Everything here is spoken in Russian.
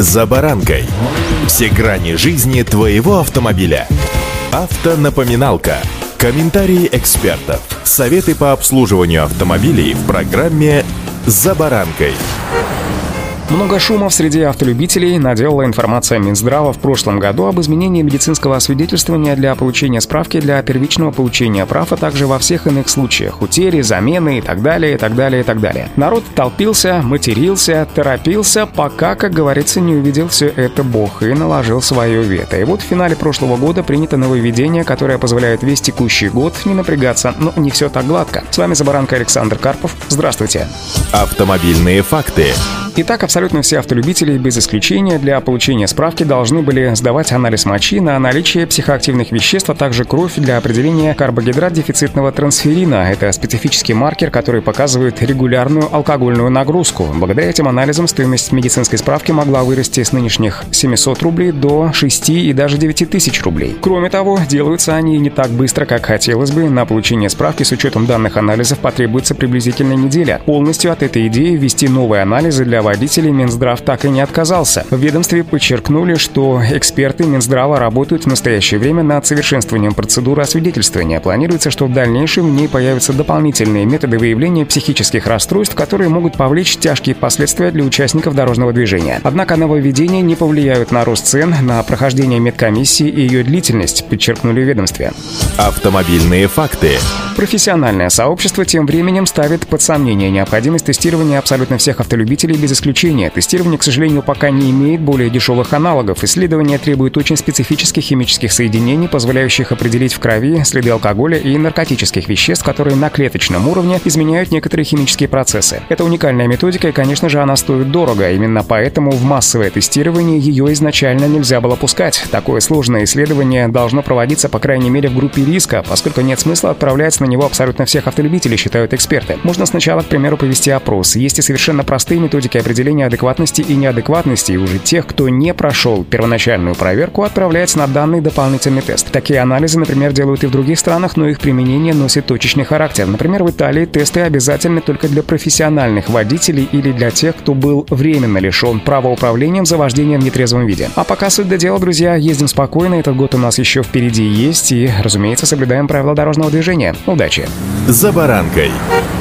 «За баранкой». Все грани жизни твоего автомобиля. Автонапоминалка. Комментарии экспертов. Советы по обслуживанию автомобилей в программе «За баранкой». Много шума среди автолюбителей наделала информация Минздрава в прошлом году об изменении медицинского освидетельствования для получения справки для первичного получения прав, а также во всех иных случаях — утери, замены и так далее, и так далее, и так далее. Народ толпился, матерился, торопился, пока, как говорится, не увидел все это Бог и наложил свое вето. И вот в финале прошлого года принято нововведение, которое позволяет весь текущий год не напрягаться, но не все так гладко. С вами «За баранкой» Александр Карпов. Здравствуйте. Автомобильные факты. Итак, абсолютно все автолюбители, без исключения, для получения справки должны были сдавать анализ мочи на наличие психоактивных веществ, а также кровь для определения карбогидрат-дефицитного трансферина. Это специфический маркер, который показывает регулярную алкогольную нагрузку. Благодаря этим анализам стоимость медицинской справки могла вырасти с нынешних 700 рублей до 6 и даже 9 тысяч рублей. Кроме того, делаются они не так быстро, как хотелось бы. На получение справки с учетом данных анализов потребуется приблизительно неделя. Полностью от этой идеи ввести новые анализы для водителей Минздрав так и не отказался. В ведомстве подчеркнули, что эксперты Минздрава работают в настоящее время над совершенствованием процедуры освидетельствования. Планируется, что в дальнейшем в ней появятся дополнительные методы выявления психических расстройств, которые могут повлечь тяжкие последствия для участников дорожного движения. Однако нововведения не повлияют на рост цен, на прохождение медкомиссии и ее длительность, подчеркнули в ведомстве. Автомобильные факты. Профессиональное сообщество тем временем ставит под сомнение необходимость тестирования абсолютно всех автолюбителей без исключения. Тестирование, к сожалению, пока не имеет более дешевых аналогов. Исследования требуют очень специфических химических соединений, позволяющих определить в крови следы алкоголя и наркотических веществ, которые на клеточном уровне изменяют некоторые химические процессы. Это уникальная методика, и, конечно же, она стоит дорого. Именно поэтому в массовое тестирование ее изначально нельзя было пускать. Такое сложное исследование должно проводиться, по крайней мере, в группе риска, поскольку нет смысла отправлять на него абсолютно всех автолюбителей, считают эксперты. Можно сначала, к примеру, провести опрос. Есть и совершенно простые методики определения адекватности и неадекватности, и уже тех, кто не прошел первоначальную проверку, отправляется на данный дополнительный тест. Такие анализы, например, делают и в других странах, но их применение носит точечный характер. Например, в Италии тесты обязательны только для профессиональных водителей или для тех, кто был временно лишен права управлением за вождением в нетрезвом виде. А пока суть до дела, друзья, ездим спокойно, этот год у нас еще впереди есть, и, разумеется, соблюдаем правила дорожного движения. Удачи! «За баранкой».